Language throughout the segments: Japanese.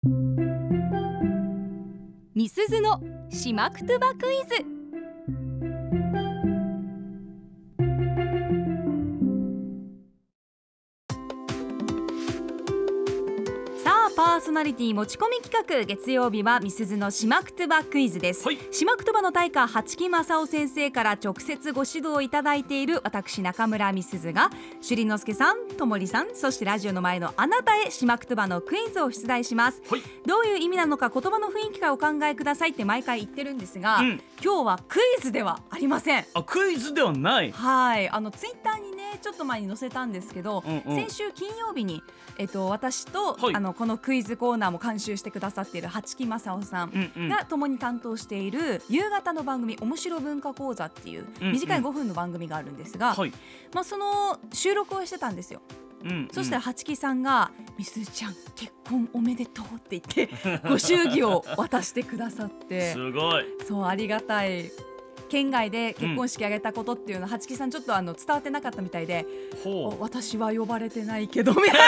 みすずのしまくとばクイズ。パーソナリティ持ち込み企画、月曜日はみすずのしまくとばクイズです、しまくとばの大家八木正夫先生から直接ご指導をいただいている私中村みすずが、朱里之助さん、ともりさん、そしてラジオの前のあなたへしまくとばのクイズを出題します、どういう意味なのか、言葉の雰囲気からお考えくださいって毎回言ってるんですが、今日はクイズではありません。 クイズではない。 はい、ツイッターにねちょっと前に載せたんですけど、先週金曜日に、私と、このクイズコーナーも監修してくださっている八木正夫さんが共に担当している夕方の番組、面白文化講座っていう短い5分の番組があるんですが、その収録をしてたんですよ。そしたら八木さんがみすずちゃん結婚おめでとうって言ってご祝儀を渡してくださってすごい、 そうありがたい。県外で結婚式挙げたことっていうの、八木さんちょっと伝わってなかったみたいで、私は呼ばれてないけどみたいな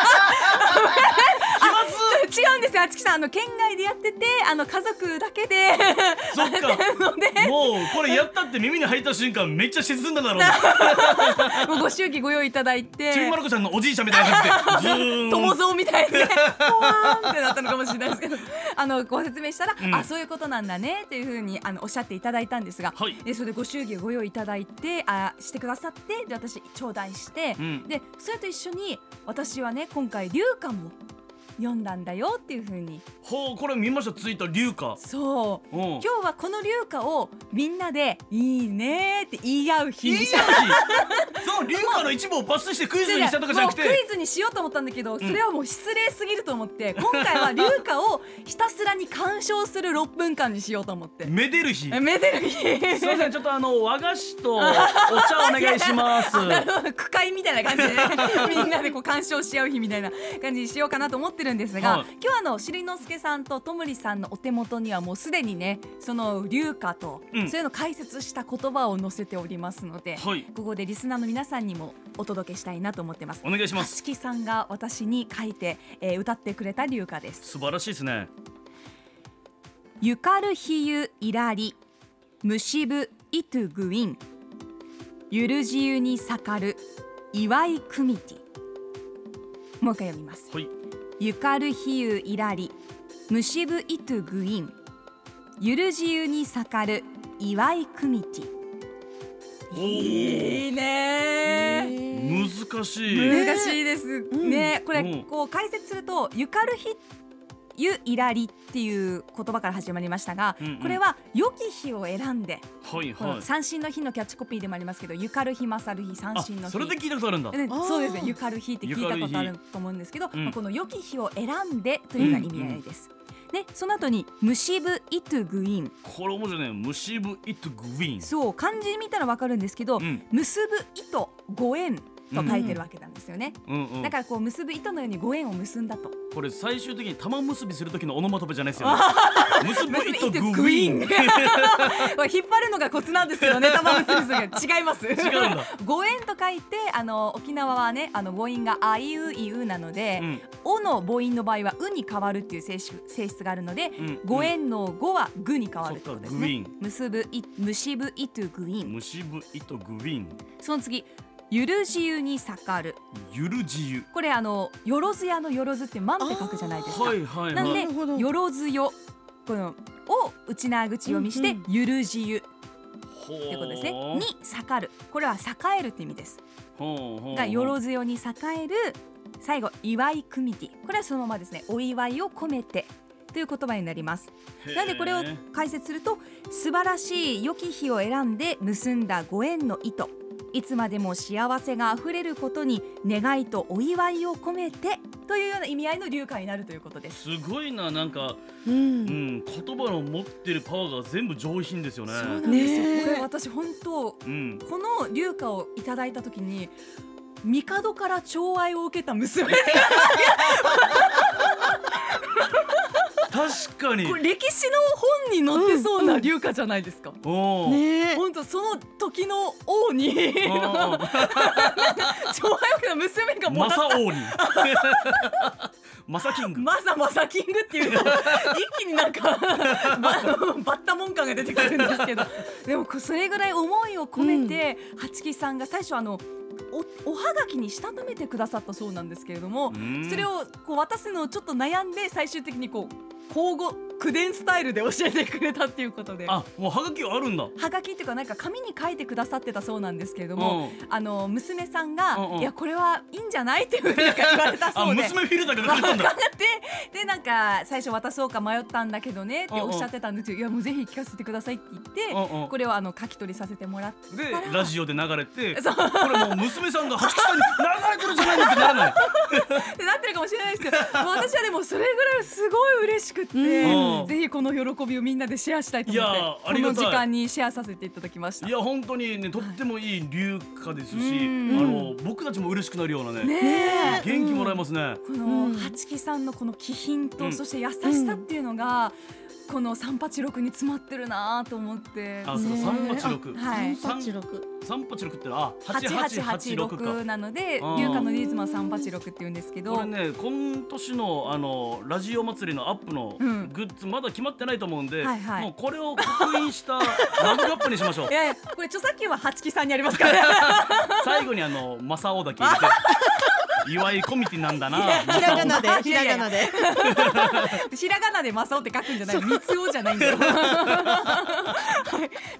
違うんですよ、八木さん県外でやってて家族だけでそっかもうこれやったって耳に入った瞬間めっちゃ沈んだだろうもうご祝儀ご用意いただいて、 ちびまる子ちゃんのおじいちゃんみたいな感じでズーン友蔵みたいでポワーンってなったのかもしれないですけどご説明したら、そういうことなんだねっていうふうにおっしゃっていただいたんですが、でそれでご祝儀をご用意いただいてしてくださって、で私頂戴して、でそれと一緒に私はね今回龍華も読んだんだよっていう風に。 これ見ました、ツイッター龍華。 そう、今日はこの龍華をみんなでいいねって言い合う日にした。 そう、龍華の一部を抜粋してクイズにしたとかじゃなくて、 もうクイズにしようと思ったんだけど、それはもう失礼すぎると思って、今回は龍華をひたすらに鑑賞する6分間にしようと思って。 めでる日。 めでる日。 すいません、ちょっと和菓子とお茶お願いします。 なるほど、句会みたいな感じで、みんなでこう鑑賞し合う日みたいな感じにしようかなと思ってるんですが、今日は朱里之助さんとともりさんのお手元にはもうすでにね、その龍華と、そういうのを解説した言葉を載せておりますので、ここでリスナーの皆さんにもお届けしたいなと思ってます。 お願いします。 八木さんが私に書いて、歌ってくれた龍華です。 素晴らしいですね。 ゆかるひゆいらりむしぶいとぐいんゆるじゆにさかるいわいくみてぃ。もう一回読みます。ゆかるひゆいらりむしぶいとぐいんゆるじゆにさかるいわいくみてぃ。いいね。 難しい。 難しいですね。これこう解説すると、ゆかるひゆいらりっていう言葉から始まりましたが、これは良き日を選んで、三振の日のキャッチコピーでもありますけど、ゆかる日まさる日三振の日。 それで聞いたことあるんだ。 そうですね、ゆかる日って聞いたことあると思うんですけど、この良き日を選んでというような意味合いです。でその後にむしぶいとぐいん。 これ面白いね。むしぶいとぐいん。 そう、漢字見たらわかるんですけど、結ぶ糸ご縁と書いてるわけなんですよね。だからこう結ぶ糸のようにご縁を結んだと。 これ最終的に玉結びする時のオノマトペじゃないですよね。結ぶ糸グイーン。引っ張るのがコツなんですけどね、玉結びするが違います。 違うんだ。 ご縁と書いて、沖縄はね母音があいういうなので、おの母音の場合はうに変わるっていう性質があるので、ご縁のごはぐに変わるってことですね。むしぶ糸グイーン。 むしぶ糸グイーン。 その次、ゆるじゆにさかる。 ゆるじゆ。 これよろずやのよろずって万って書くじゃないですか。なんでよろずよこのを内縄口読みして、ゆるじゆっていうことですね。にさかる、これは栄えるって意味です。がよろずよに栄える。最後祝いくみてぃ、これはそのままですね、お祝いを込めてという言葉になります。なのでこれを解説すると、素晴らしい良き日を選んで結んだご縁の糸、いつまでも幸せがあふれることに願いとお祝いを込めてというような意味合いの龍華になるということです。 すごいな、なんか、言葉の持ってるパワーが全部上品ですよね。 そうなんですよ。これ私本当、この龍華をいただいた時に帝から寵愛を受けた娘確確かにこれ歴史の本に載ってそうな龍華じゃないですか。 おね本当その時の王にー長屋の娘がもらったマサ王にマサキングマサキングっていうと一気になんかバッタモン感が出てくるんですけど、でもそれぐらい思いを込めて、八木さんが最初おはがきにしたためてくださったそうなんですけれども、それをこう渡すのをちょっと悩んで最終的にこう口語口伝スタイルで教えてくれたっていうことで、 あ、もうはがきはあるんだ。 はがきっていうかなんか紙に書いてくださってたそうなんですけれども、娘さんが、いやこれはいいんじゃないっていうふうに言われたそうで、 娘フィルターがかかったんだでなんか最初渡そうか迷ったんだけどねっておっしゃってたんですよ。いやもうぜひ聞かせてくださいって言って、これを書き取りさせてもらってでラジオで流れて、 そうこれもう娘さんが八木さんに流れてるじゃないのってならないってなってるかもしれないですけど、私はでもそれぐらいすごい嬉しくって、ぜひこの喜びをみんなでシェアしたいと思ってこの時間にシェアさせていただきました。 いや本当にね、とってもいい龍華ですし、僕たちも嬉しくなるようなね元気もらえますね。 この八木さんのこの気品と、そして優しさっていうのがこの386に詰まってるなと思って。 あ、そう386、 はい 386ってのは 8886なので龍華のリズムは386って言うんですけど、 これね今年のラジオ祭りのアップのグッズまだ決まってないと思うんで、もうこれを刻印したマグカップにしましょう。 いやいやこれ著作権は八木さんにありますから最後にマサオだけ入れて祝いコミティなんだな。 ひらがなでひらがなでひらがなでマサオって書くんじゃない、三つおじゃないんだよ、はい、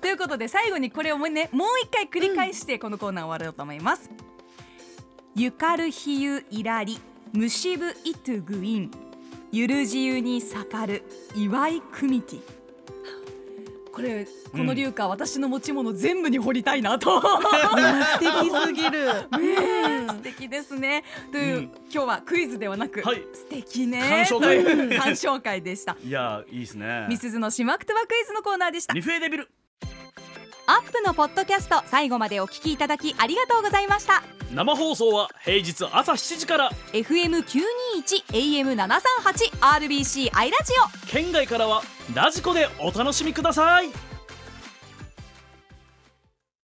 ということで最後にこれをねもう一回繰り返してこのコーナー終わろうと思います。ゆかるひゆいらりむしぶいとぐいんゆるじゆにさかる祝いクミティ。この龍華、私の持ち物全部に掘りたいなと素敵すぎる素敵ですねという、今日はクイズではなく、素敵ね鑑賞会という鑑賞会でした。 いやいいですね。 みすずのしまくとばクイズのコーナーでした。 リフェーデビルアップのポッドキャスト最後までお聞きいただきありがとうございました。 生放送は平日朝7時から FM921 AM738 RBC アイラジオ、 県外からはラジコでお楽しみください。